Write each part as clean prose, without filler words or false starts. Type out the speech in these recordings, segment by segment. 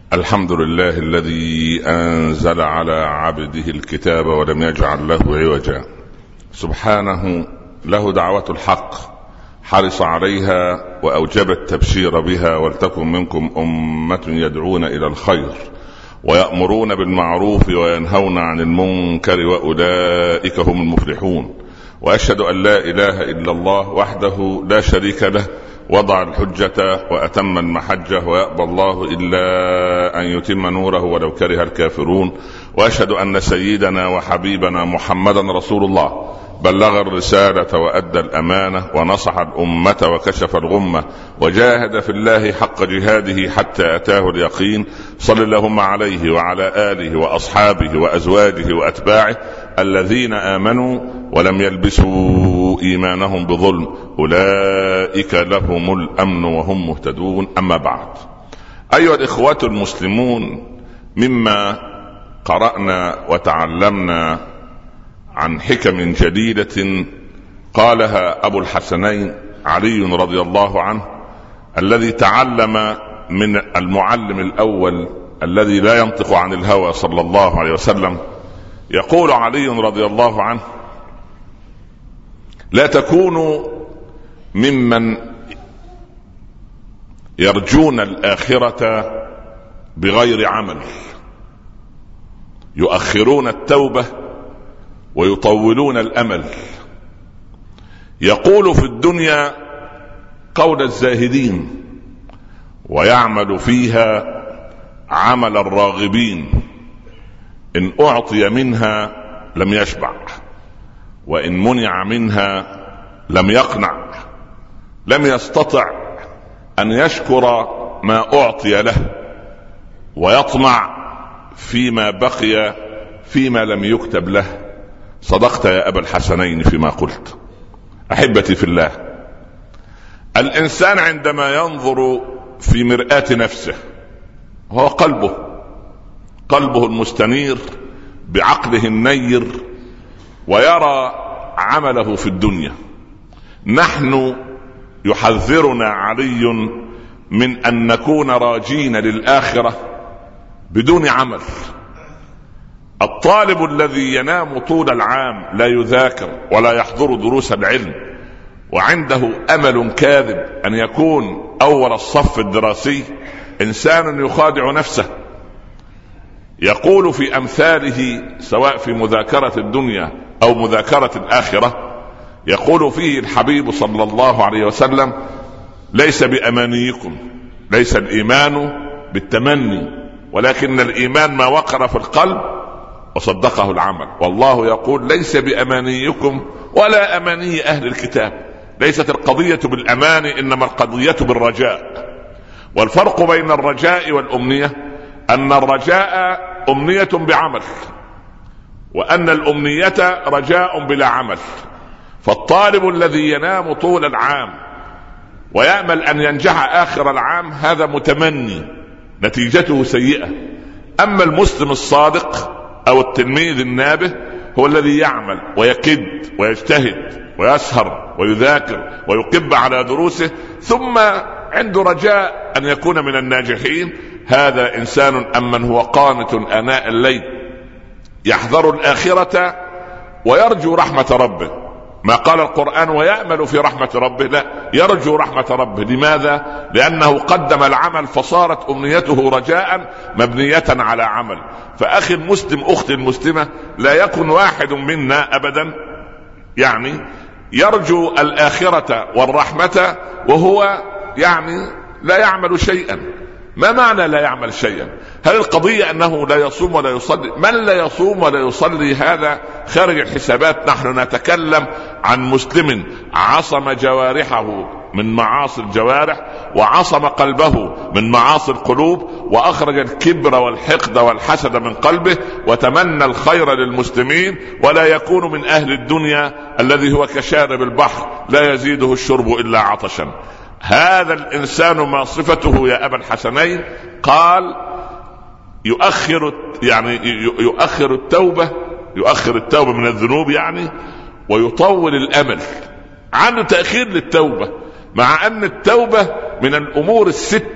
الحمد لله الذي أنزل على عبده الكتاب ولم يجعل له عوجا، سبحانه له دعوة الحق حرص عليها وأوجب التبشير بها، ولتكن منكم أمة يدعون إلى الخير ويأمرون بالمعروف وينهون عن المنكر وأولئك هم المفلحون. وأشهد أن لا إله إلا الله وحده لا شريك له، وضع الحجة وأتم المحجة، ويأبى الله إلا أن يتم نوره ولو كره الكافرون. وأشهد أن سيدنا وحبيبنا محمدا رسول الله، بلغ الرسالة وأدى الأمانة ونصح الأمة وكشف الغمة، وجاهد في الله حق جهاده حتى أتاه اليقين. صلى اللهم عليه وعلى آله وأصحابه وأزواجه وأتباعه الذين آمنوا ولم يلبسوا إيمانهم بظلم، أولئك لهم الأمن وهم مهتدون. أما بعد، أيها الإخوة المسلمون، مما قرأنا وتعلمنا عن حكم جديدة قالها أبو الحسنين علي رضي الله عنه، الذي تعلم من المعلم الأول الذي لا ينطق عن الهوى صلى الله عليه وسلم. يقول علي رضي الله عنه: لا تكونوا ممن يرجون الآخرة بغير عمل، يؤخرون التوبة ويطولون الأمل، يقول في الدنيا قول الزاهدين ويعمل فيها عمل الراغبين، إن أعطي منها لم يشبع، وإن منع منها لم يقنع، لم يستطع أن يشكر ما أعطي له، ويطمع فيما بقي فيما لم يكتب له. صدقت يا أبا الحسنين فيما قلت. أحبتي في الله، الإنسان عندما ينظر في مرآة نفسه، هو قلبه المستنير بعقله النير، ويرى عمله في الدنيا. نحن يحذرنا علي من أن نكون راجين للآخرة بدون عمل. الطالب الذي ينام طول العام لا يذاكر ولا يحضر دروس العلم، وعنده أمل كاذب أن يكون أول الصف الدراسي، إنسان يخادع نفسه. يقول في أمثاله سواء في مذاكرة الدنيا أو مذاكرة الآخرة، يقول فيه الحبيب صلى الله عليه وسلم: ليس بأمانيكم، ليس الإيمان بالتمني، ولكن الإيمان ما وقر في القلب وصدقه العمل. والله يقول: ليس بأمانيكم ولا أماني أهل الكتاب. ليست القضية بالأماني، إنما القضية بالرجاء. والفرق بين الرجاء والأمنية أن الرجاء أمنية بعمل، وأن الأمنية رجاء بلا عمل. فالطالب الذي ينام طول العام ويأمل أن ينجح آخر العام، هذا متمني، نتيجته سيئة. أما المسلم الصادق أو التلميذ النابه هو الذي يعمل ويكد ويجتهد ويسهر ويذاكر ويقب على دروسه، ثم عنده رجاء أن يكون من الناجحين. هذا إنسان أمن هو قانت آناء الليل يحذر الآخرة ويرجو رحمة ربه. ما قال القرآن ويأمل في رحمة ربه، لا، يرجو رحمة ربه. لماذا؟ لأنه قدم العمل، فصارت أمنيته رجاء مبنية على عمل. فأخي المسلم، أختي المسلمة، لا يكن واحد منا أبدا يعني يرجو الآخرة والرحمة وهو لا يعمل شيئا. ما معنى لا يعمل شيئا؟ هل القضية أنه لا يصوم ولا يصلي؟ من لا يصوم ولا يصلي هذا خارج الحسابات. نحن نتكلم عن مسلم عصم جوارحه من معاصي الجوارح، وعصم قلبه من معاصي القلوب، وأخرج الكبر والحقد والحسد من قلبه، وتمنى الخير للمسلمين، ولا يكون من أهل الدنيا الذي هو كشارب البحر لا يزيده الشرب إلا عطشا. هذا الإنسان ما صفته يا أبا الحسنين؟ قال: يؤخر التوبة من الذنوب ويطول الأمل. عنده تأخير للتوبة، مع أن التوبة من الأمور الستة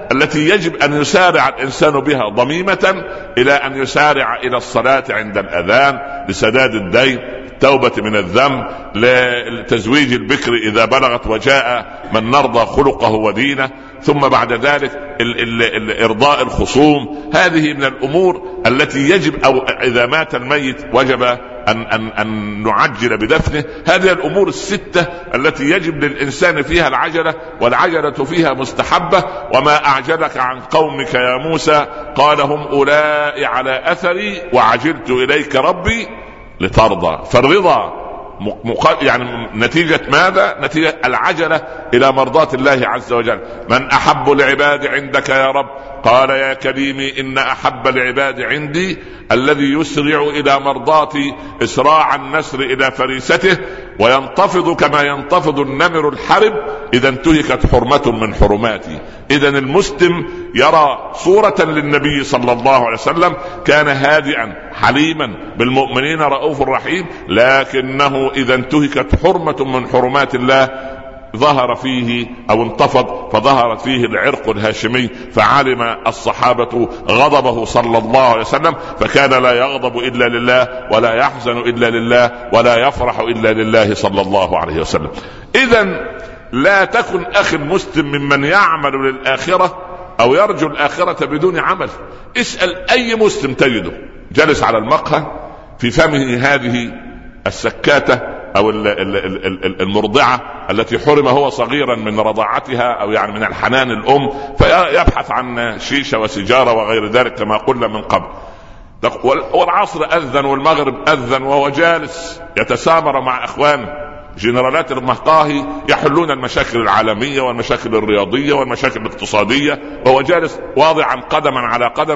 التي يجب أن يسارع الإنسان بها ضميمة إلى أن يسارع إلى الصلاة عند الأذان لسداد الدين، التوبة من الذنب، لتزويج البكر إذا بلغت وجاء من نرضى خلقه ودينه، ثم بعد ذلك إرضاء الخصوم. هذه من الأمور التي يجب، أو إذا مات الميت وجب أن نعجل بدفنه. هذه الأمور الستة التي يجب للإنسان فيها العجلة، والعجلة فيها مستحبة. وما أعجلك عن قومك يا موسى قال هم أولئك على أثري وعجلت إليك ربي لترضى. فالرضا يعني نتيجة ماذا؟ نتيجة العجلة إلى مرضاة الله عز وجل. من أحب العباد عندك يا رب؟ قال يا كريمي إن أحب العباد عندي الذي يسرع إلى مرضاتي إسراع النسر إلى فريسته، وينتفض كما ينتفض النمر الحرب إذا انتهكت حرمة من حرماتي. إذا المسلم يرى صورة للنبي صلى الله عليه وسلم، كان هادئا حليما بالمؤمنين رؤوف رحيم، لكنه إذا انتهكت حرمة من حرمات الله ظهر فيه أو انتفض، فظهرت فيه العرق الهاشمي، فعلم الصحابة غضبه صلى الله عليه وسلم، فكان لا يغضب إلا لله ولا يحزن إلا لله ولا يفرح إلا لله صلى الله عليه وسلم. إذن لا تكن أخي المسلم ممن يعمل للآخرة أو يرجو الآخرة بدون عمل. اسأل أي مسلم تجده جلس على المقهى في فمه هذه السكاتة أو المرضعة التي حرم هو صغيرا من رضاعتها، أو يعني من الحنان الأم، فيبحث عن شيشة وسجارة وغير ذلك كما قلنا من قبل. والعصر أذن والمغرب أذن وهو جالس يتسامر مع أخوانه جنرالات المقاهي يحلون المشاكل العالمية والمشاكل الرياضية والمشاكل الاقتصادية، وهو جالس واضعا قدما على قدم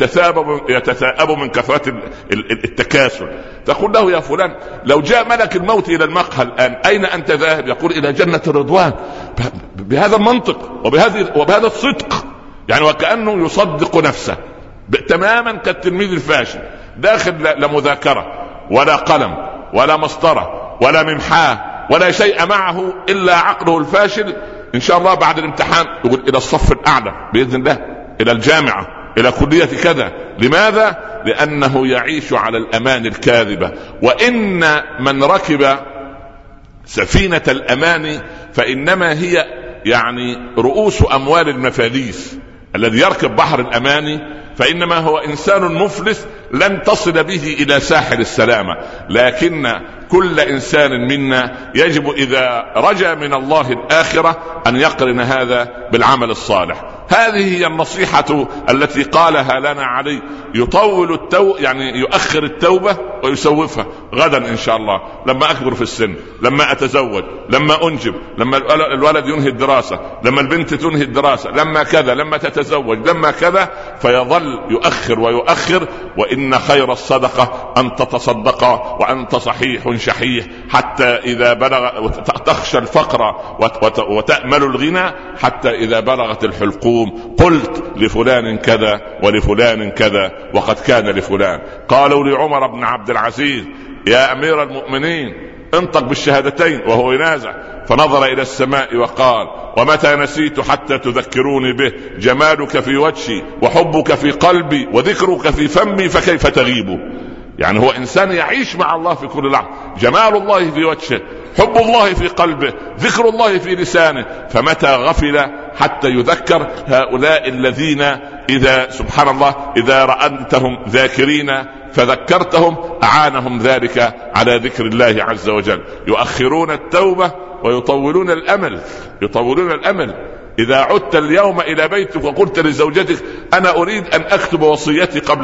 يتثاءب من كثرة التكاسل. تقول له يا فلان لو جاء ملك الموت إلى المقهى الآن أين أنت ذاهب؟ يقول إلى جنة الرضوان. بهذا المنطق وبهذا الصدق، يعني وكأنه يصدق نفسه تماما كالتلميذ الفاشل داخل لمذاكرة ولا قلم ولا مسطرة ولا ممحاه ولا شيء معه إلا عقله الفاشل. إن شاء الله بعد الامتحان يقول إلى الصف الأعلى بإذن الله، إلى الجامعة، إلى كلية كذا. لماذا؟ لأنه يعيش على الأمان الكاذبة. وإن من ركب سفينة الأمان فإنما هي يعني رؤوس أموال المفاليس. الذي يركب بحر الأمان فإنما هو إنسان مفلس لن تصل به إلى ساحل السلامة. لكن كل إنسان منا يجب إذا رجا من الله الآخرة أن يقرن هذا بالعمل الصالح. هذه هي النصيحة التي قالها لنا علي. يطول يعني يؤخر التوبة ويسوفها غدا إن شاء الله، لما أكبر في السن، لما أتزوج، لما أنجب، لما الولد ينهي الدراسة، لما البنت تنهي الدراسة، لما كذا، لما تتزوج، لما كذا، فيظل يؤخر ويؤخر. وإن خير الصدقة أن تتصدق وأنت صحيح شحيح، حتى إذا بلغ تخشى الفقر وتأمل الغنى، حتى إذا بلغت الحلقوم قلت لفلان كذا ولفلان كذا وقد كان لفلان. قالوا لعمر بن عبد العزيز يا أمير المؤمنين انطق بالشهادتين وهو ينازع، فنظر إلى السماء وقال ومتى نسيت حتى تذكروني به؟ جمالك في وجهي وحبك في قلبي وذكرك في فمي فكيف تغيب؟ يعني هو إنسان يعيش مع الله في كل لحظة، جمال الله في وجهه، حب الله في قلبه، ذكر الله في لسانه، فمتى غفل حتى يذكر؟ هؤلاء الذين إذا سبحان الله إذا رأيتهم ذاكرين فذكرتهم أعانهم ذلك على ذكر الله عز وجل. يؤخرون التوبة ويطولون الأمل، يطولون الأمل. إذا عدت اليوم إلى بيتك وقلت لزوجتك أنا أريد أن أكتب وصيتي قبل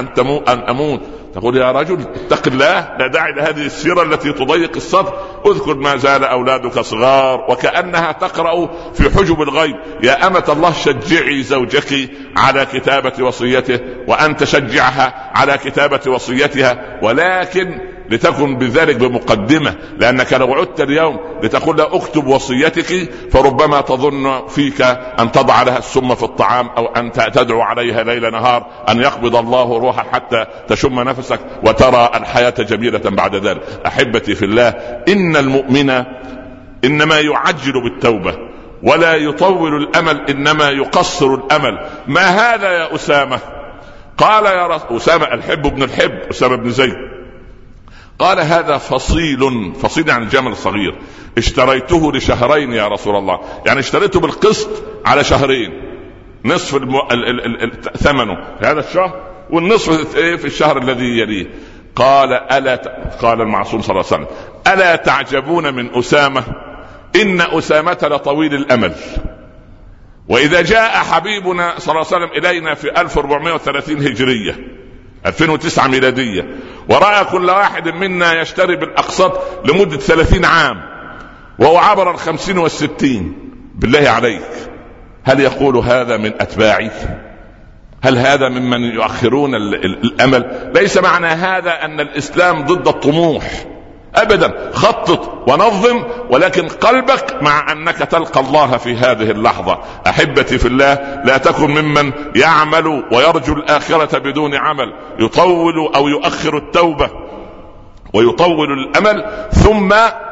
أن أموت، تقول يا رجل اتق الله، لا داعي لهذه السيرة التي تضيق الصدر. اذكر ما زال أولادك صغار، وكأنها تقرأ في حجب الغيب. يا أمة الله شجعي زوجك على كتابة وصيته وأن تشجعها على كتابة وصيتها، ولكن لتكن بذلك بمقدمة، لأنك لو عدت اليوم لتقول لا أكتب وصيتك فربما تظن فيك أن تضع لها السم في الطعام أو أن تدعو عليها ليل نهار أن يقبض الله روحها حتى تشم نفسك وترى الحياة جميلة بعد ذلك. أحبتي في الله، إن المؤمن إنما يعجل بالتوبة ولا يطول الأمل إنما يقصر الأمل. ما هذا يا أسامة؟ قال يا رسول أسامة الحب بن الحب أسامة بن زيد. قال هذا فصيل يعني الجمل صغير اشتريته لشهرين يا رسول الله، يعني اشتريته بالقسط على شهرين، نصف ثمنه في هذا الشهر والنصف في الشهر الذي يليه. قال المعصوم صلى الله عليه وسلم ألا تعجبون من أسامة؟ إن أسامة لطويل الأمل. وإذا جاء حبيبنا صلى الله عليه وسلم إلينا في 1430 هجرية 2009 ميلادية ورأى كل واحد منا يشتري بالأقساط لمدة 30 عام وهو عبر 50 و60، بالله عليك هل يقول هذا من أتباعي؟ هل هذا ممن يؤخرون الأمل؟ ليس معنى هذا أن الإسلام ضد الطموح أبدا، خطط ونظم، ولكن قلبك مع أنك تلقى الله في هذه اللحظة. أحبتي في الله، لا تكن ممن يعمل ويرجو الآخرة بدون عمل، يطول أو يؤخر التوبة ويطول الأمل ثم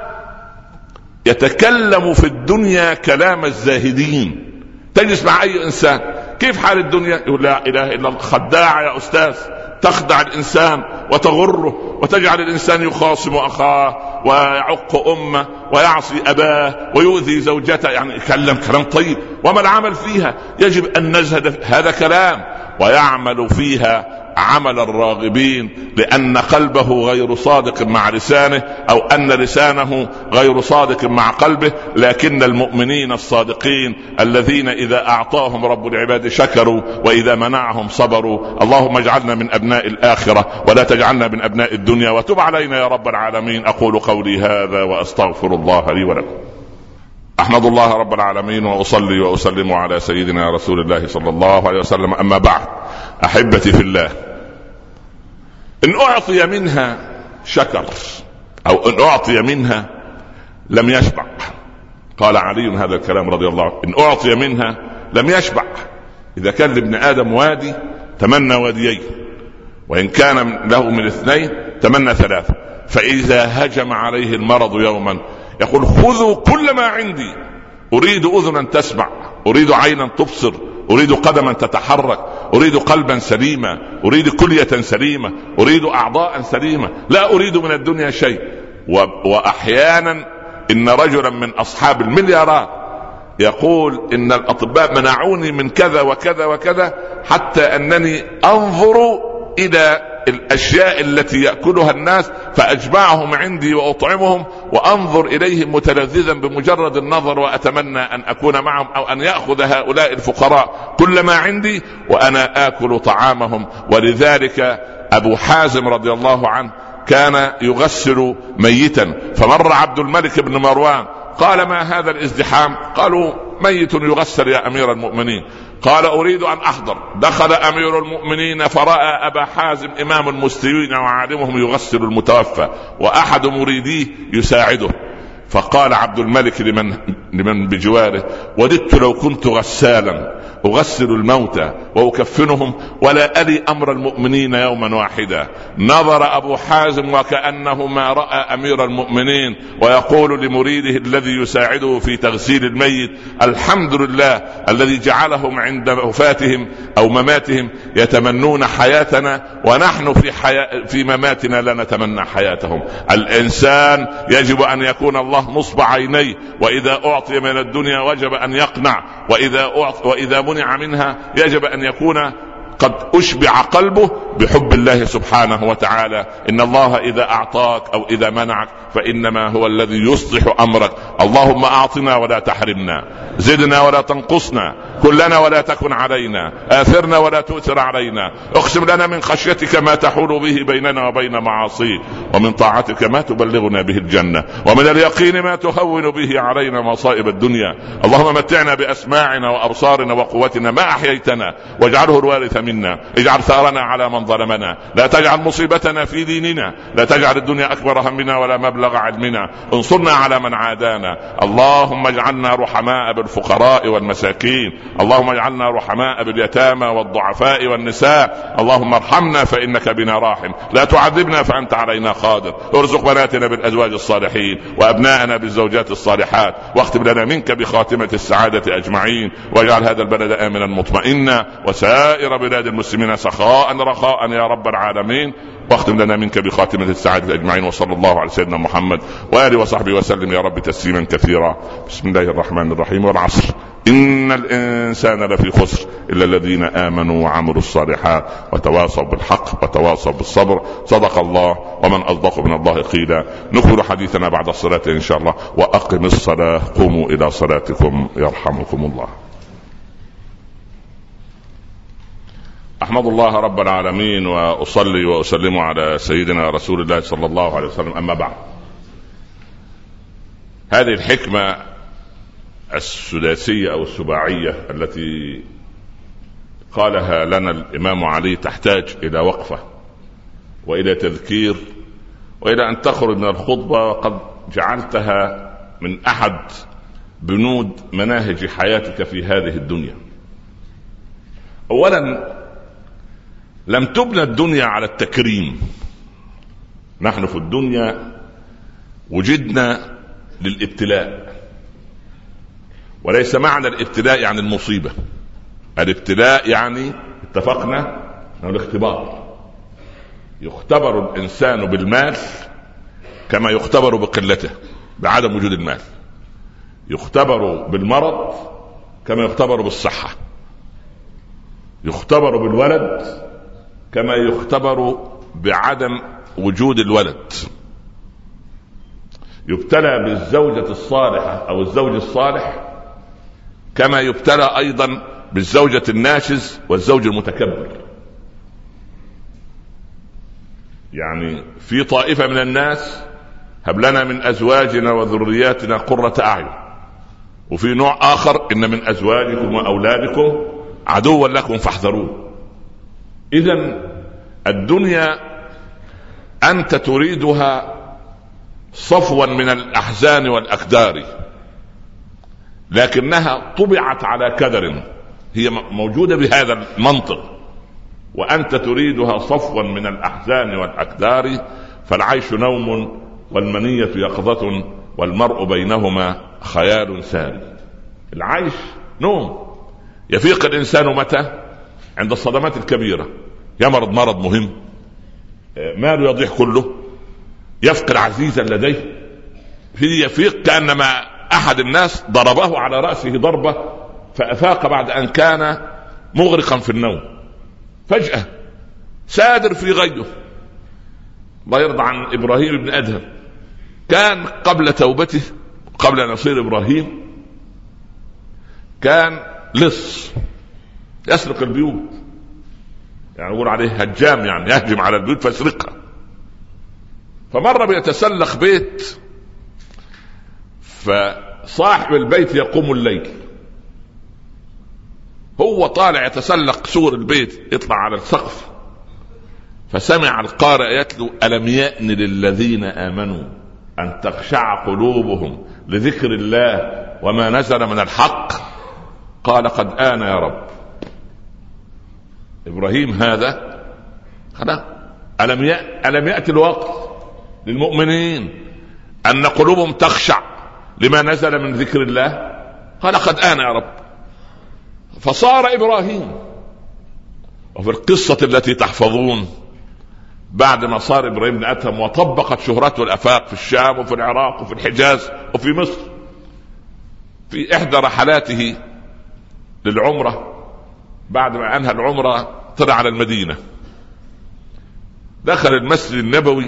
يتكلم في الدنيا كلام الزاهدين. تجلس مع أي إنسان كيف حال الدنيا؟ يقول لا إله إلا الله. خداع يا أستاذ، تخدع الإنسان وتغره وتجعل الإنسان يخاصم أخاه ويعق أمه ويعصي أباه ويؤذي زوجته، يعني يكلم كلام طيب وما العمل فيها؟ يجب أن نزهد هذا كلام ويعمل فيها عمل الراغبين، لأن قلبه غير صادق مع لسانه أو أن لسانه غير صادق مع قلبه. لكن المؤمنين الصادقين الذين إذا أعطاهم رب العباد شكروا وإذا منعهم صبروا. اللهم اجعلنا من أبناء الآخرة ولا تجعلنا من أبناء الدنيا، وتب علينا يا رب العالمين. أقول قولي هذا وأستغفر الله لي ولكم. أحمد الله رب العالمين وأصلي وأسلم على سيدنا رسول الله صلى الله عليه وسلم. أما بعد، أحبتي في الله، إن أعطي منها شكر أو إن أعطي منها لم يشبع. قال علي هذا الكلام رضي الله عنه: إن أعطي منها لم يشبع. إذا كان لابن آدم وادي تمنى واديين، وإن كان له من 2 تمنى 3. فإذا هجم عليه المرض يوما يقول: خذوا كل ما عندي، أريد أذنا تسمع، أريد عينا تبصر، أريد قدما تتحرك، أريد قلبا سليما، أريد كلية سليمة، أريد أعضاء سليمة، لا أريد من الدنيا شيء. وأحيانا إن رجلا من أصحاب المليارات يقول: إن الأطباء منعوني من كذا وكذا وكذا حتى أنني أنظر إلى الأشياء التي يأكلها الناس فأجمعهم عندي وأطعمهم وأنظر إليهم متلذذا بمجرد النظر، وأتمنى أن أكون معهم أو أن يأخذ هؤلاء الفقراء كل ما عندي وأنا آكل طعامهم. ولذلك أبو حازم رضي الله عنه كان يغسل ميتا، فمر عبد الملك بن مروان قال: ما هذا الازدحام؟ قالوا: ميت يغسل يا أمير المؤمنين. قال: أريد أن أحضر. دخل أمير المؤمنين فرأى أبا حازم إمام المسلمين وعالمهم يغسل المتوفى وأحد مريديه يساعده. فقال عبد الملك لمن بجواره: وددت لو كنت غسالا أغسل الموتى وأكفنهم ولا ألي أمر المؤمنين يوما واحدا. نظر أبو حازم وكأنه ما رأى أمير المؤمنين ويقول لمريده الذي يساعده في تغسيل الميت: الحمد لله الذي جعلهم عند وفاتهم أو مماتهم يتمنون حياتنا ونحن في مماتنا لا نتمنى حياتهم. الإنسان يجب أن يكون الله نصب عينيه، وإذا أعطي من الدنيا وجب أن يقنع، وإذا منع منها يجب أن يكون قد أشبع قلبه بحب الله سبحانه وتعالى. إن الله إذا أعطاك أو إذا منعك فإنما هو الذي يصلح أمرك. اللهم أعطنا ولا تحرمنا، زدنا ولا تنقصنا، كلنا ولا تكن علينا، آثرنا ولا تؤثر علينا، اقسم لنا من خشيتك ما تحول به بيننا وبين معاصيك، ومن طاعتك ما تبلغنا به الجنة، ومن اليقين ما تهون به علينا مصائب الدنيا. اللهم متعنا بأسماعنا وأبصارنا وقوتنا ما أحييتنا، واجعله الوارث منا، اجعل ثارنا على من ظلمنا، لا تجعل مصيبتنا في ديننا، لا تجعل الدنيا أكبر همنا ولا مبلغ علمنا، انصرنا على من عادانا والنساء. اللهم اجعلنا رحماء بالفقراء والمساكين، اللهم اجعلنا رحماء باليتامى والضعفاء والنساء. اللهم ارحمنا فإنك بنا راحم، لا تعذبنا فأنت علينا قادر. ارزق بناتنا بالأزواج الصالحين وأبناءنا بالزوجات الصالحات، واختم لنا منك بخاتمة السعادة أجمعين، واجعل هذا البلد آمنا مطمئنا وسائر بلاد المسلمين سخاء رخاء يا رب العالمين، واختم لنا منك بخاتمة السعادة أجمعين. وصلى الله على سيدنا محمد وآله وصحبه وسلم يا رب تسليما كثيرا. بسم الله الرحمن الرحيم. والعصر إن الإنسان لفي خسر إلا الذين آمنوا وعملوا الصالحات وتواصوا بالحق وتواصوا بالصبر. صدق الله ومن أصدق من الله قيلا. نكمل حديثنا بعد الصلاة إن شاء الله. وأقم الصلاة قوموا إلى صلاتكم يرحمكم الله. أحمد الله رب العالمين وأصلي وأسلم على سيدنا رسول الله صلى الله عليه وسلم. أما بعد، هذه الحكمة السداسية أو السباعية التي قالها لنا الإمام علي تحتاج إلى وقفة وإلى تذكير وإلى أن تخرج من الخطبة وقد جعلتها من أحد بنود مناهج حياتك في هذه الدنيا. أولا، لم تبنى الدنيا على التكريم. نحن في الدنيا وجدنا للابتلاء، وليس معنى الابتلاء يعني المصيبة. الابتلاء يعني اتفقنا انه الاختبار. يختبر الانسان بالمال كما يختبر بقلته بعدم وجود المال، يختبر بالمرض كما يختبر بالصحة، يختبر بالولد كما يختبر بعدم وجود الولد، يبتلى بالزوجة الصالحة أو الزوج الصالح كما يبتلى أيضا بالزوجة الناشز والزوج المتكبر. يعني في طائفة من الناس هب لنا من أزواجنا وذرياتنا قرة أعين، وفي نوع آخر إن من أزواجكم وأولادكم عدوا لكم فاحذروه. إذن الدنيا أنت تريدها صفوا من الأحزان والأكدار، لكنها طبعت على كدر، هي موجودة بهذا المنطق، وأنت تريدها صفوا من الأحزان والأكدار. فالعيش نوم والمنية يقظة والمرء بينهما خيال ساري. العيش نوم، يفيق الإنسان متى؟ عند الصدمات الكبيرة. يمرض مرض مهم، ماله يضيع كله، يفقد عزيزا لديه، يفيق كأنما أحد الناس ضربه على رأسه ضربة فأفاق بعد أن كان مغرقا في النوم، فجأة سادر في غيه. الله يرضى عن إبراهيم بن أدهم، كان قبل توبته قبل أن يصير إبراهيم كان لص يسرق البيوت، يعني يقول عليه هجام، يعني يهجم على البيوت فيسرقها. فمرة بيتسلق بيت، فصاحب البيت يقوم الليل، هو طالع يتسلق سور البيت يطلع على السقف، فسمع القارئ يتلو ألم يأن للذين آمنوا أن تخشع قلوبهم لذكر الله وما نزل من الحق. قال قد آن يا رب. إبراهيم هذا خلاص، ألم يأتي الوقت للمؤمنين أن قلوبهم تخشع لما نزل من ذكر الله؟ قال قد آن يا رب. فصار إبراهيم. وفي القصة التي تحفظون، بعد ما صار إبراهيم بن أدهم وطبقت شهرته الأفاق في الشام وفي العراق وفي الحجاز وفي مصر، في إحدى رحلاته للعمرة بعد ما أنهى العمرة طلع على المدينة، دخل المسجد النبوي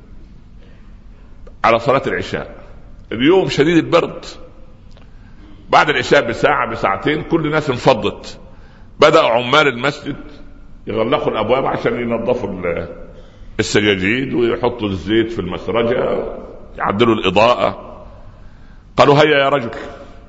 على صلاة العشاء. اليوم شديد البرد، بعد العشاء بساعة بساعتين كل الناس انفضت، بدأ عمال المسجد يغلقوا الأبواب عشان ينظفوا السجاجيد ويحطوا الزيت في المسرجة يعدلوا الإضاءة. قالوا هيا يا رجل.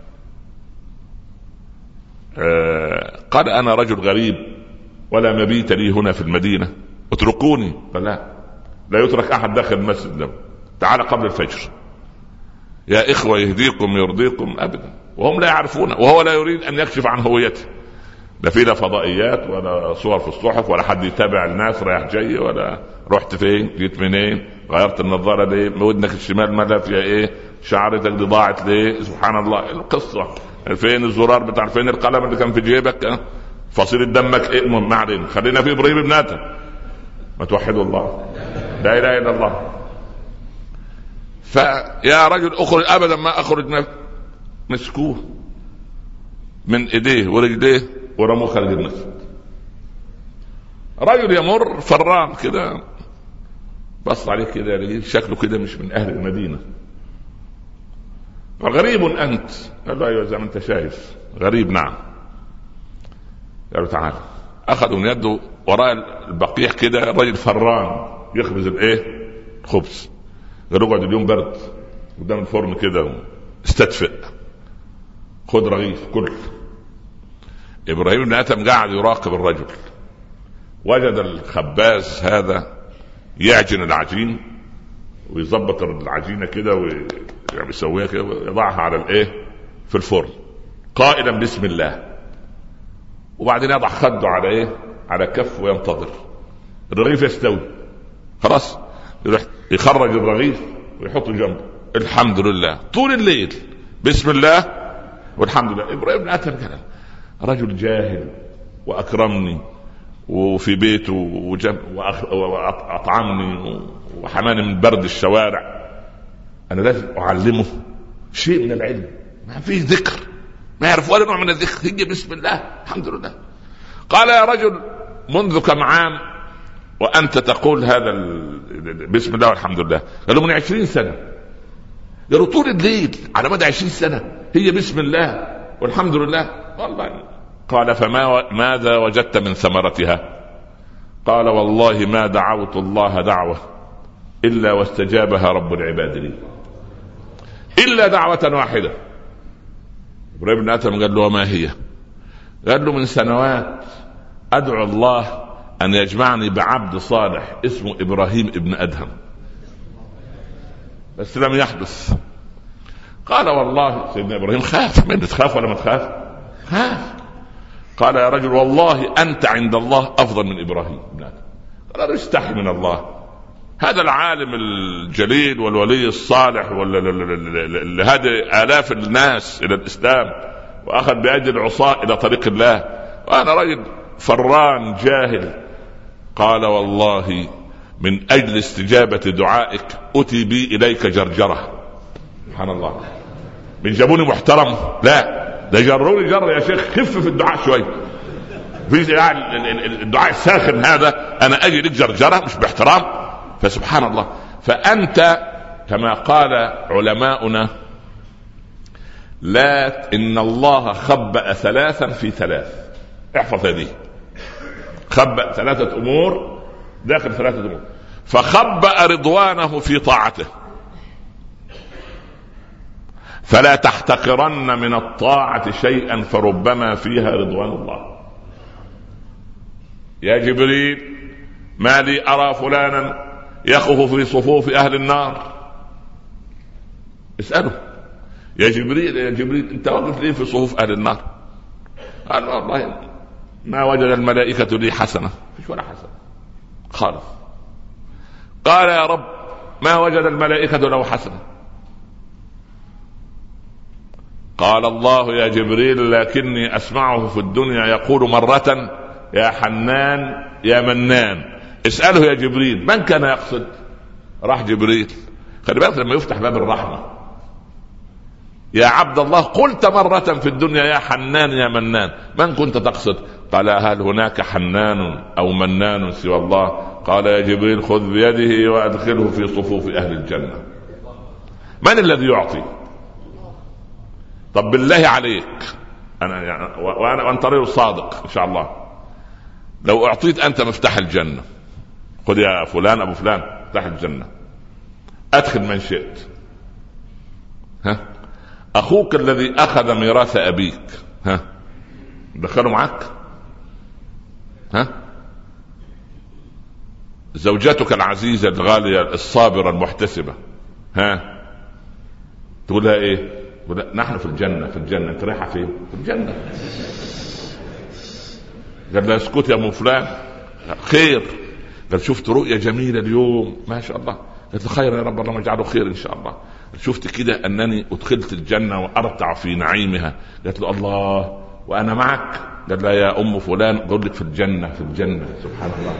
قال أنا رجل غريب ولا مبيت لي هنا في المدينة، اتركوني. قال لا يترك أحد داخل المسجد ده، تعال قبل الفجر. يا إخوة يهديكم يرضيكم أبدا، وهم لا يعرفون، وهو لا يريد أن يكشف عن هويته. لا في لا فضائيات ولا صور في الصحف ولا حد يتابع الناس رايح جاي، ولا رحت فين، جيت منين، غيرت النظارة ليه، ودنك الشمال مالها فيها ايه، شعرتك دي ضاعت ليه، سبحان الله القصة. فين الزرار بتاع، فين القلم اللي كان في جيبك، فصيلة دمك ايه، المهم ما علينا، خلينا في ابراهيم بن ادهم. ما توحدوا الله، لا اله الا الله. فيا رجل اخرج، ابدا ما اخرج. مسكوه من ايديه ورجليه ورموه خارج المسجد. رجل يمر فران كده بص عليه كده، شكله كده مش من اهل المدينه. غريب انت؟ قال له ايوه زي ما انت شايف غريب. نعم. قال له تعال. اخذوا من يده وراء البقيع كده، الرجل فران يخبز الايه، خبز. قال له اقعد اليوم برد قدام الفرن كده استدفئ، خد رغيف كل. ابراهيم بن ادهم قاعد يراقب الرجل. وجد الخباز هذا يعجن العجين ويظبط العجينه كده ويسويها كده ويضعها على الايه، في الفرن، قائلا بسم الله. وبعدين يضع خده على ايه، على كف وينتظر الرغيف يستوي. خلاص يروح يخرج الرغيف ويحطه جنبه. الحمد لله طول الليل بسم الله والحمد لله. ابراهيم بن ادهم كان رجل جاهل واكرمني وفي بيته واطعمني وحماني من برد الشوارع، انا لازم اعلمه شيء من العلم. ما فيه ذكر، ما يعرف ولا نوع من الذكر، هي بسم الله الحمد لله. قال يا رجل منذ كم عام وانت تقول هذا بسم الله والحمد لله؟ قالوا من 20 سنة. قالوا طول الليل على مدى 20 سنة هي بسم الله والحمد لله؟ والله. قال ماذا وجدت من ثمرتها؟ قال والله ما دعوت الله دعوة إلا واستجابها رب العباد لي، إلا دعوة واحدة. إبراهيم بن أدهم قال له وما هي؟ قال له من سنوات أدعو الله أن يجمعني بعبد صالح اسمه إبراهيم ابن أدهم، بس لم يحدث. قال والله سيدنا إبراهيم خاف. من تخاف ولا ما تخاف؟ خاف. قال يا رجل والله أنت عند الله أفضل من إبراهيم بن أدهم. قال استحي من الله، هذا العالم الجليل والولي الصالح اللي هدى آلاف الناس إلى الإسلام وأخذ بأيدي العصاة إلى طريق الله، وأنا رجل فران جاهل. قال والله من أجل استجابة دعائك أتي بي إليك جرجرة. سبحان الله. من جابوني محترم؟ لا، ده جروني جر يا شيخ، خف في الدعاء شوي، في يعني الدعاء الساخن هذا أنا أجي لك جرجرة مش باحترام. فسبحان الله. فأنت كما قال علماؤنا لا، إن الله خبأ ثلاثا في ثلاث. احفظ هذه، خبأ ثلاثة أمور داخل ثلاثة أمور. فخبأ رضوانه في طاعته، فلا تحتقرن من الطاعة شيئا فربما فيها رضوان الله. يا جبريل ما لي أرى فلانا يخف في صفوف أهل النار؟ اسأله يا جبريل، يا جبريل انت واقف ليه في صفوف أهل النار؟ قال والله ما وجد الملائكة لي حسنة، فيش ولا حسنة خالص. قال يا رب ما وجد الملائكة له حسنة؟ قال الله يا جبريل لكني أسمعه في الدنيا يقول مرة يا حنان يا منان. اسأله يا جبريل من كان يقصد. راح جبريل. خلي بالك لما يفتح باب الرحمة، يا عبد الله قلت مرة في الدنيا يا حنان يا منان، من كنت تقصد؟ قال هل هناك حنان أو منان سوى الله؟ قال يا جبريل خذ بيده وأدخله في صفوف أهل الجنة. من الذي يعطي؟ طب بالله عليك أنا يعني وأنت رجل صادق إن شاء الله، لو أعطيت أنت مفتاح الجنة، خذ يا فلان أبو فلان مفتاح الجنة، أدخل من شئت. ها أخوك الذي أخذ ميراث أبيك ها دخله معك؟ ها زوجتك العزيزة الغالية الصابرة المحتسبة ها تقول لها ايه؟ تقول لها نحن في الجنة. في الجنة. انت رايحة فين؟ في الجنة. قال لها اسكت يا ام فلان، خير. قال شفت رؤية جميلة اليوم ما شاء الله. قالت له خير يا رب، الله يجعله خير ان شاء الله. شفت كده انني ادخلت الجنة وارتع في نعيمها. قالت له الله وانا معك. قال لها يا ام فلان قول لك في الجنة. في الجنة. سبحان الله.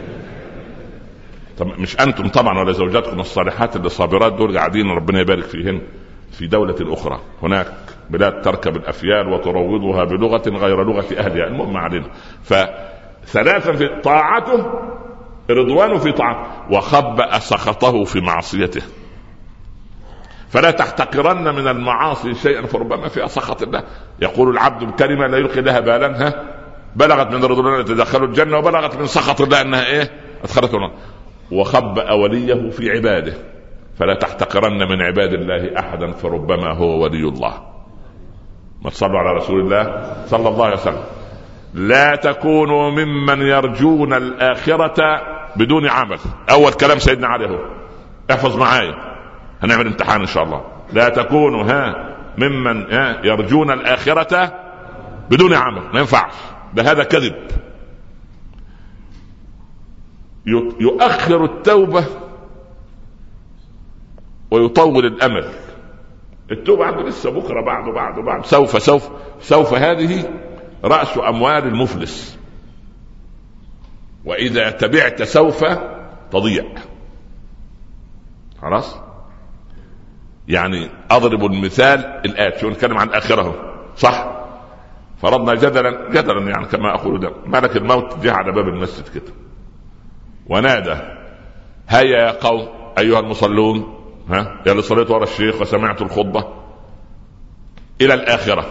طب مش انتم طبعا ولا زوجاتكم الصالحات اللي صابرات دول قاعدين ربنا يبارك فيهن في دولة اخرى، هناك بلاد تركب الافيال وتروضها بلغة غير لغة اهلها. المهم علينا. فثلاثا في طاعته رضوانه في طاعته، وخبأ سخطه في معصيته. فلا تحتقرن من المعاصي شيئا فربما فيها سخط الله. يقول العبد الكلمة لا يلقي لها بالا بلغت من رضوان الله تدخلوا الجنة، وبلغت من سخط الله انها ايه؟ ادخلته النار. وخبأ وليه في عباده. فلا تحتقرن من عباد الله احدا فربما هو ولي الله. ما تصلوا على رسول الله صلى الله عليه وسلم. لا تكونوا ممن يرجون الآخرة بدون عمل. اول كلام سيدنا علي هو، احفظ معايا هنعمل امتحان ان شاء الله. لا تكونوا ممن يرجون الآخرة بدون عمل. ما ينفعش، ده هذا كذب. يؤخر التوبة ويطول الأمل. التوبة عنده لسه بكرة بعد سوف هذه رأس أموال المفلس، وإذا تبعت سوف تضيع. خلاص. يعني أضرب المثال الآتي، شو نتكلم عن آخره صح؟ فرضنا جدلا يعني كما أقول ده، ملك الموت جاء على باب المسجد كده ونادى هيا يا قوم أيها المصلون، يا اللي صليت ورا الشيخ وسمعت الخطبة، إلى الآخرة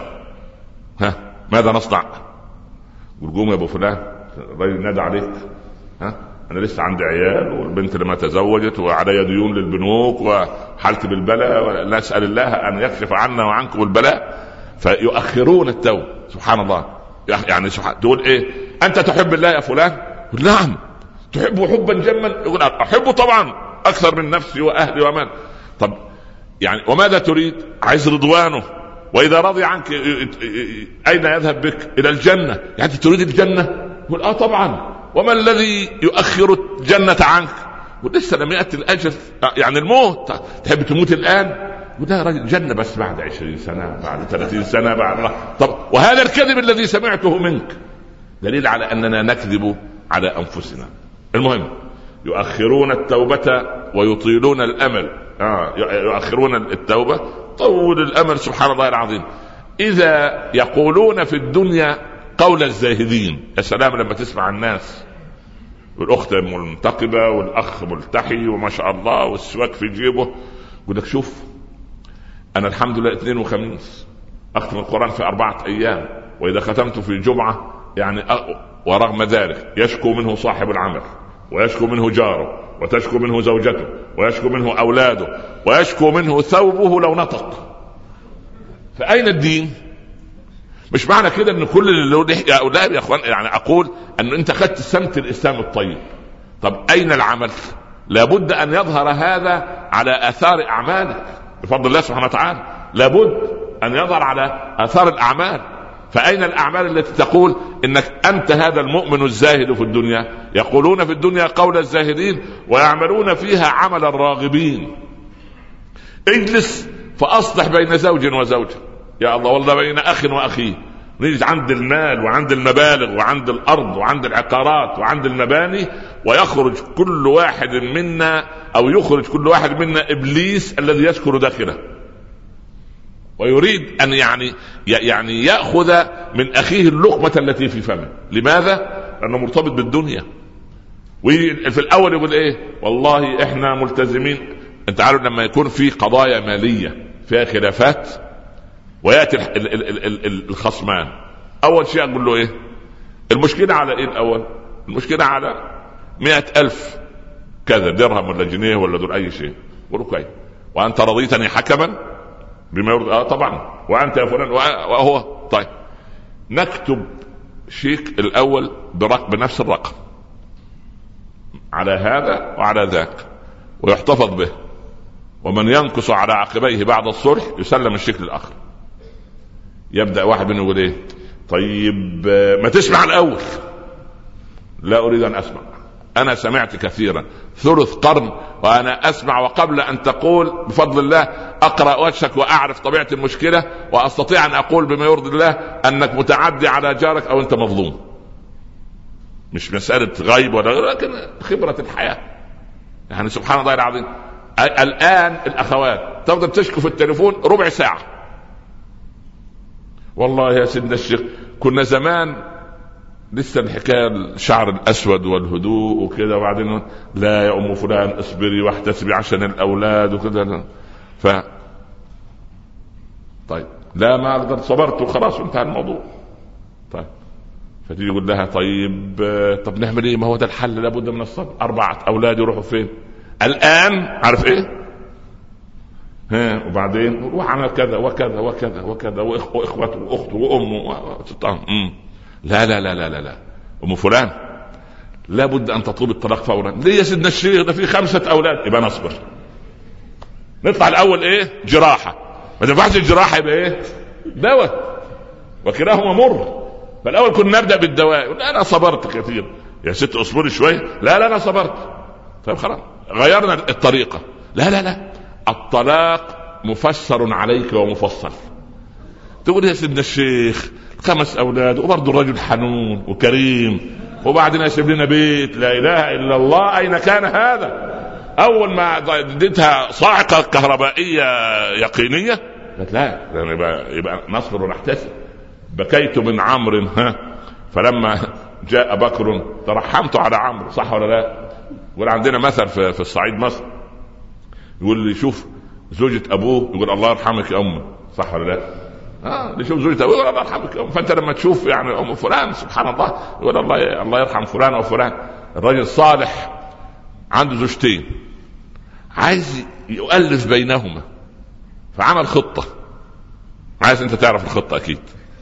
ماذا نصنع؟ قوم يا أبو فلان، الرجل نادى عليك، أنا لسه عندي عيال والبنت اللي ما تزوجت وعلي ديون للبنوك وحالتي بالبلاء، نسأل الله أن يكشف عنا وعنكم البلاء. فيؤخرون التوبة. سبحان الله. يعني تقول إيه؟ أنت تحب الله يا فلان؟ نعم. تحبه حبا جما؟ يقول أحبه طبعا أكثر من نفسي وأهلي ومال. طب يعني وماذا تريد؟ عايز رضوانه، وإذا رضي عنك أين يذهب بك؟ إلى الجنة. يعني تريد الجنة؟ يقول طبعا. وما الذي يؤخر الجنة عنك؟ ولسه لم يأتي الأجل، يعني الموت. تحب تموت الآن؟ وده راجل جنة بس بعد 20 سنة، بعد 30 سنة، بعد. طب وهذا الكذب الذي سمعته منك دليل على أننا نكذب على أنفسنا. المهم يؤخرون التوبة ويطيلون الأمل. يؤخرون التوبة، طول الأمل. سبحان الله العظيم. إذا يقولون في الدنيا قول الزاهدين. يا سلام لما تسمع الناس، والأخت منتقبة والأخ ملتحي وما شاء الله والسواك في جيبه، يقول لك شوف أنا الحمد لله اثنين وخميس أختم القرآن في 4 أيام، وإذا ختمت في جمعة يعني ورغم ذلك يشكو منه صاحب العمل، ويشكو منه جاره، وتشكو منه زوجته، ويشكو منه أولاده، ويشكو منه ثوبه لو نطق. فأين الدين؟ مش معنى كده ان كل اللي يا اولاد يا اخوان، يعني اقول ان انت خدت سمت الاسلام الطيب. طب اين العمل؟ لابد ان يظهر هذا على اثار اعمالك بفضل الله سبحانه وتعالى. لابد ان يظهر على اثار الاعمال. فاين الاعمال التي تقول انك انت هذا المؤمن الزاهد في الدنيا؟ يقولون في الدنيا قول الزاهدين ويعملون فيها عمل الراغبين. اجلس فاصلح بين زوج وزوجه، يا الله والله بين أخ وأخيه. نيجي عند المال وعند المبالغ وعند الأرض وعند العقارات وعند المباني، ويخرج كل واحد منا أو يخرج كل واحد منا إبليس الذي يسكن داخله، ويريد أن يعني يأخذ من أخيه اللقمة التي في فمه. لماذا؟ لأنه مرتبط بالدنيا. وفي الأول يقول إيه؟ والله إحنا ملتزمين. أنت عارف لما يكون في قضايا مالية فيها خلافات ويأتي الخصمان، أول شيء أقول له إيه؟ المشكلة على إيه الأول؟ المشكلة على 100,000 كذا درهم ولا جنيه ولا دول أي شيء. قولوا كويس، وأنت رضيتني حكما بما يرضي؟ طبعا. وأنت يا فلان وهو طيب. نكتب شيك الأول بنفس الرقم على هذا وعلى ذاك، ويحتفظ به، ومن ينكس على عقبيه بعد الصلح يسلم الشكل الآخر. يبدأ واحد منه يقول ايه؟ طيب ما تسمع الأول. لا أريد أن أسمع، أنا سمعت كثيرا، ثلث قرن وأنا أسمع، وقبل أن تقول بفضل الله أقرأ وجهك وأعرف طبيعة المشكلة وأستطيع أن أقول بما يرضي الله أنك متعدي على جارك أو أنت مظلوم. مش مسألة غيب ولا، لكن خبرة الحياة. يعني سبحان الله العظيم، الآن الأخوات تفضل تشكو في التليفون ربع ساعة. والله يا سيدنا الشيخ كنا زمان لسه الحكاية الشعر الأسود والهدوء وكذا، وبعدين لا يا أم فلان اصبري واحتسبي عشان الأولاد وكذا. طيب لا ما أقدر، صبرت وخلاص انتهى الموضوع. طيب فتيجي يقول لها طب نعمل ايه؟ ما هو ده الحل، لابد من الصبر. 4 أولاد يروحوا فين الآن؟ عارف ايه؟ وبعدين وعمل كذا وكذا وكذا وكذا واخوته واخته وامه لا لا لا لا لا لا ام فلان لابد ان تطلب الطلاق فورا. ليه يا سيدنا الشيخ؟ ده في 5 أولاد. يبقى نصبر، نطلع الاول ايه؟ جراحه. ما تنفعش الجراحه يبقى ايه؟ دواء، وكلاهما مر. فالاول كنا نبدا بالدواء. لا انا صبرت كثير يا ست، اصبري شويه. لا انا صبرت. طيب خلاص غيرنا الطريقه. لا الطلاق مفسر عليك ومفصل. تقول يا سيدنا الشيخ 5 أولاد وبرضه الرجل حنون وكريم، وبعدين يسيب لنا بيت، لا إله إلا الله، أين كان هذا؟ أول ما اديتها صاعقة كهربائية يقينية قالت لا يبقى نصبر ونحتسب. بكيت من عمرو فلما جاء بكر ترحمت على عمرو. صح ولا لا؟ يقول عندنا مثل في الصعيد مصر، يقول لي شوف زوجة أبوه يقول الله يرحمك يا أمه. صح ولا لا؟ نشوف زوجة أبوه يقول الله يرحمك يا أمه. فأنت لما تشوف يعني أم فلان سبحان الله يقول الله يرحم فلان أو فلان. الرجل صالح عنده زوجتين عايز يؤلف بينهما، فعمل خطة. عايز أنت تعرف الخطة أكيد.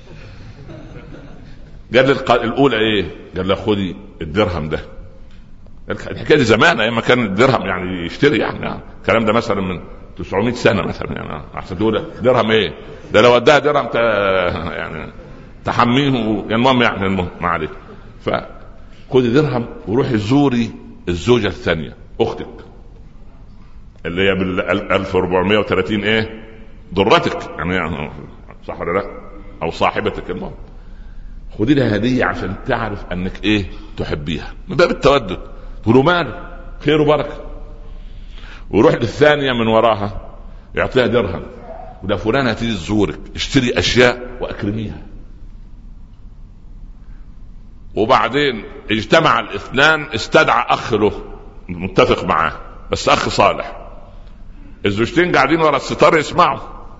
قال لي الأولى إيه؟ قال لي خذي الدرهم ده. الحكايه دي زمان ايام ما كان الدرهم يعني يشتري، يعني الكلام ده مثلا من 900 سنه مثلا. يعني احسن تقول درهم ايه؟ ده لو اداها درهم يعني تحميه. المهم يعني ما عليك. فخذي درهم وروحي زوري الزوجه الثانيه اختك اللي هي بال 1430 ايه ضرتك يعني. صح ولا لا؟ او صاحبتك. المهم خذي لها هديه عشان تعرف انك ايه تحبيها من باب التودد. تقولوا مال خير وبركه. وروح للثانيه من وراها يعطيها درهم، وده فلان هتيجي تزورك اشتري اشياء واكرميها. وبعدين اجتمع الاثنان، استدعى اخ له متفق معاه بس اخ صالح. الزوجتين قاعدين ورا الستار يسمعوا.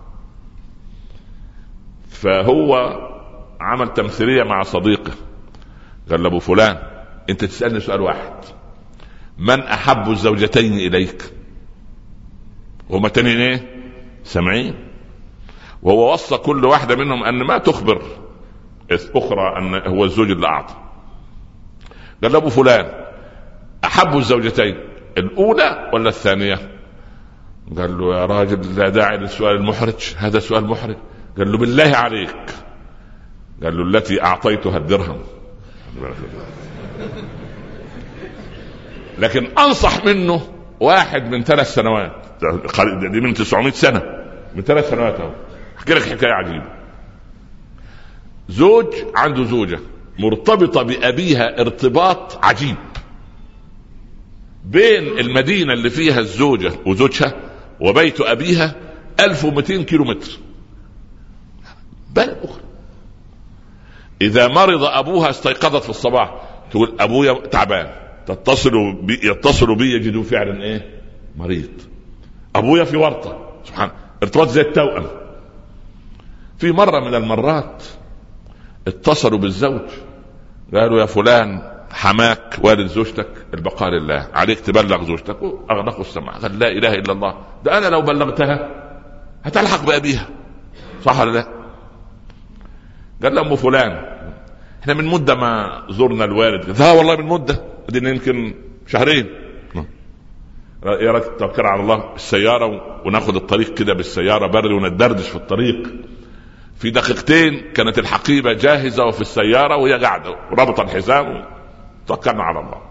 فهو عمل تمثيليه مع صديقه، قال لابو فلان انت تسالني سؤال واحد، من احب الزوجتين اليك؟ وهما تانيين ايه سمعين. وهو وصى كل واحده منهم ان ما تخبر اخرى ان هو الزوج اللي اعطى. قال له ابو فلان احب الزوجتين الاولى ولا الثانيه؟ قال له يا راجل لا داعي للسؤال المحرج، هذا سؤال محرج. قال له بالله عليك. قال له التي اعطيتها الدرهم. لكن انصح منه واحد من 3 سنوات، دي من 900 سنة، من 3 سنوات اهو. احكي لك حكاية عجيبة. زوج عنده زوجة مرتبطة بأبيها ارتباط عجيب، بين المدينة اللي فيها الزوجة وزوجها وبيت أبيها 1200 كيلومتر، بلد أخرى. إذا مرض أبوها استيقظت في الصباح تقول أبويا تعبان، يتصلوا بي يجدوا فعلا إيه مريض. أبويا في ورطة. سبحان، ارتباط زي التوأم. في مرة من المرات اتصلوا بالزوج قالوا يا فلان حماك والد زوجتك البقاء لله، عليك تبلغ زوجتك. أغلقوا السمع. قال لا إله إلا الله، ده أنا لو بلغتها هتلحق بأبيها. صح ولا لا؟ قال له أم فلان احنا من مدة ما زرنا الوالد. ها والله من مدة، دي يمكن 2 شهرين. يا راجل توكل على الله السياره وناخد الطريق كده بالسياره بري وندردش في الطريق. في دقيقتين كانت الحقيبه جاهزه وفي السياره وهي قاعده وربط الحزام وتوكلنا على الله.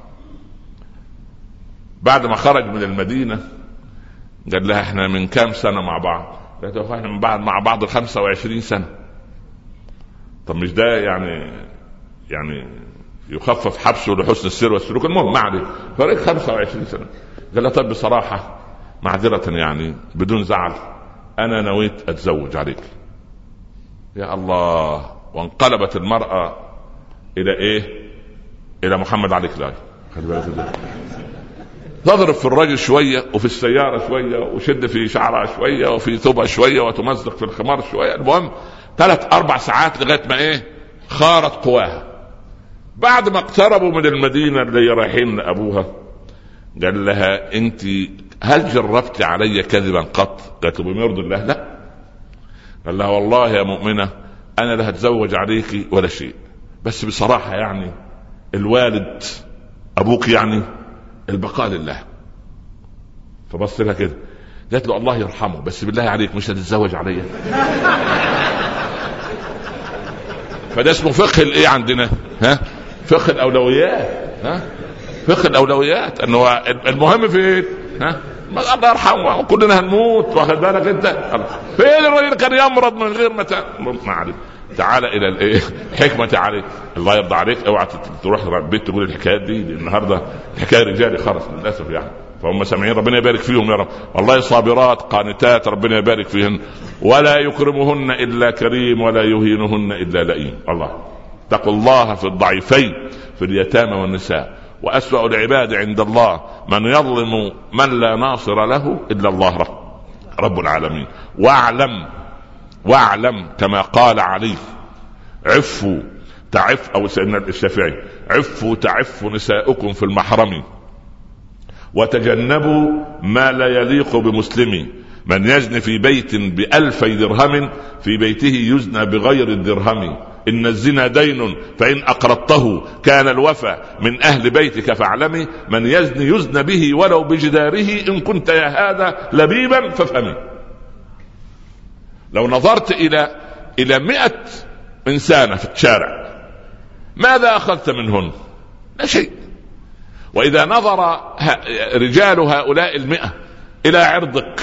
بعد ما خرج من المدينه قال لها احنا من كام سنه مع بعض؟ قالت له احنا من بعد مع بعض 25 سنه. طب مش ده يعني يخفف حبسه لحسن السير والسلوك؟ المهم ما عليه، فرق 25 سنه. قال لها طب بصراحه معذره يعني بدون زعل انا نويت اتزوج عليك. يا الله. وانقلبت المرأة الى ايه؟ الى محمد علي كلاي. خلي بالك تضرب في الرجل شوية وفي السيارة شوية وشد في شعرها شوية وفي ثوبها شوية وتمزق في الخمار شوية. المهم 3-4 ساعات لغاية ما ايه؟ خارت قواها. بعد ما اقتربوا من المدينة اللي رايحين لأبوها قال لها انت هل جربت علي كذبا قط؟ قالت له بما يرضي الله لا. قال لها والله يا مؤمنة انا لا هتزوج عليك ولا شيء، بس بصراحة يعني الوالد ابوك يعني البقاء لله. فبص لها كده قالت له الله يرحمه بس بالله عليك مش هتتزوج عليا. فده اسمه فقه الايه عندنا؟ فقه الاولويات. فقه الاولويات انه المهم في الله يرحمه كلنا هنموت، واخد بالك انت؟ فين الرجل كان يمرض من غير ما عليك. تعال الى الايه حكمة عليك. الله يرضى عليك اوعى تروح البيت تقول الحكايات دي النهارده حكايه رجالي خالص للاسف يعني. فهم سامعين ربنا يبارك فيهم يا رب. والله صابرات قانتات ربنا يبارك فيهن ولا يكرمهن الا كريم ولا يهينهن الا لئيم. الله اتقوا الله في الضعيفين في اليتامى والنساء. وأسوأ العباد عند الله من يظلم من لا ناصر له إلا الله رب العالمين. واعلم كما قال علي عفوا تعف أو سيدنا الشافعي عفوا تعف نساؤكم في المحرم وتجنبوا ما لا يليق بمسلم. من يزن في بيت ب2000 درهم في بيته يزنى بغير الدرهم. إن الزنا دين فإن أقرضته كان الوفى من أهل بيتك فاعلمي. من يزن به ولو بجداره إن كنت يا هذا لبيبا فافهمي. لو نظرت إلى 100 إنسان في الشارع ماذا أخذت منهن؟ لا شيء. وإذا نظر رجال هؤلاء 100 إلى عرضك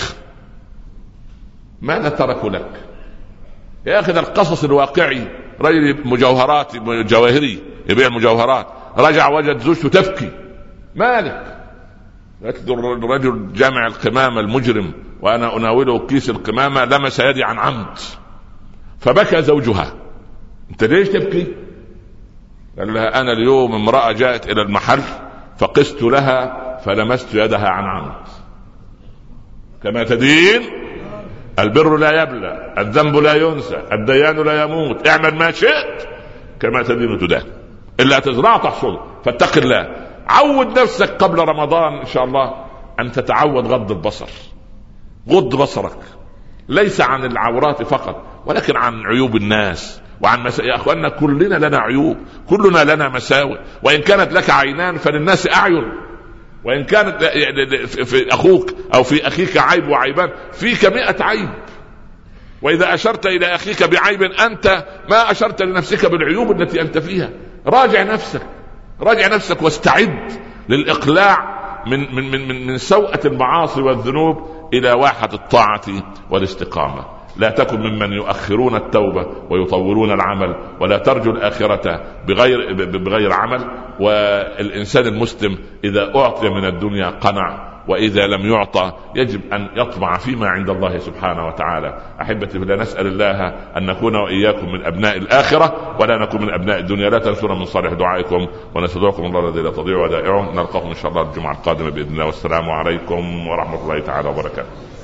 ماذا تركوا لك؟ يا أخي القصص الواقعي رجل جواهري يبيع المجوهرات رجع وجد زوجته تبكي. مالك؟ الرجل جامع القمامة المجرم وأنا أناوله كيس القمامة لمس يدي عن عمد فبكى زوجها. أنت ليش تبكي؟ قال لها أنا اليوم امرأة جاءت إلى المحل فقست لها فلمست يدها عن عمد. كما تدين البر لا يبلى الذنب لا ينسى الديان لا يموت. اعمل ما شئت كما تدين تدان. إلا تزرع تحصل. فاتق الله. عود نفسك قبل رمضان إن شاء الله أن تتعود غض البصر. غض بصرك ليس عن العورات فقط ولكن عن عيوب الناس وعن يا أخوانا كلنا لنا عيوب كلنا لنا مساوئ. وإن كانت لك عينان فللناس أعين. وإن كانت في أخوك أو في أخيك عيب وعيبان فيك 100 عيب. وإذا أشرت إلى أخيك بعيب أنت ما أشرت لنفسك بالعيوب التي أنت فيها. راجع نفسك واستعد للإقلاع من سوءة المعاصي والذنوب إلى واحة الطاعة والاستقامة. لا تكن ممن يؤخرون التوبة ويطولون العمل ولا ترجو الآخرة بغير عمل. والإنسان المسلم إذا أعطي من الدنيا قنع وإذا لم يعطى يجب أن يطمع فيما عند الله سبحانه وتعالى. أحبتي لا نسأل الله أن نكون وإياكم من أبناء الآخرة ولا نكون من أبناء الدنيا. لا تنسونا من صالح دعائكم ونستودعكم الله الذي لا تضيع ودائعه. نلقاكم إن شاء الله الجمعة القادمة بإذن الله. والسلام عليكم ورحمة الله تعالى وبركاته.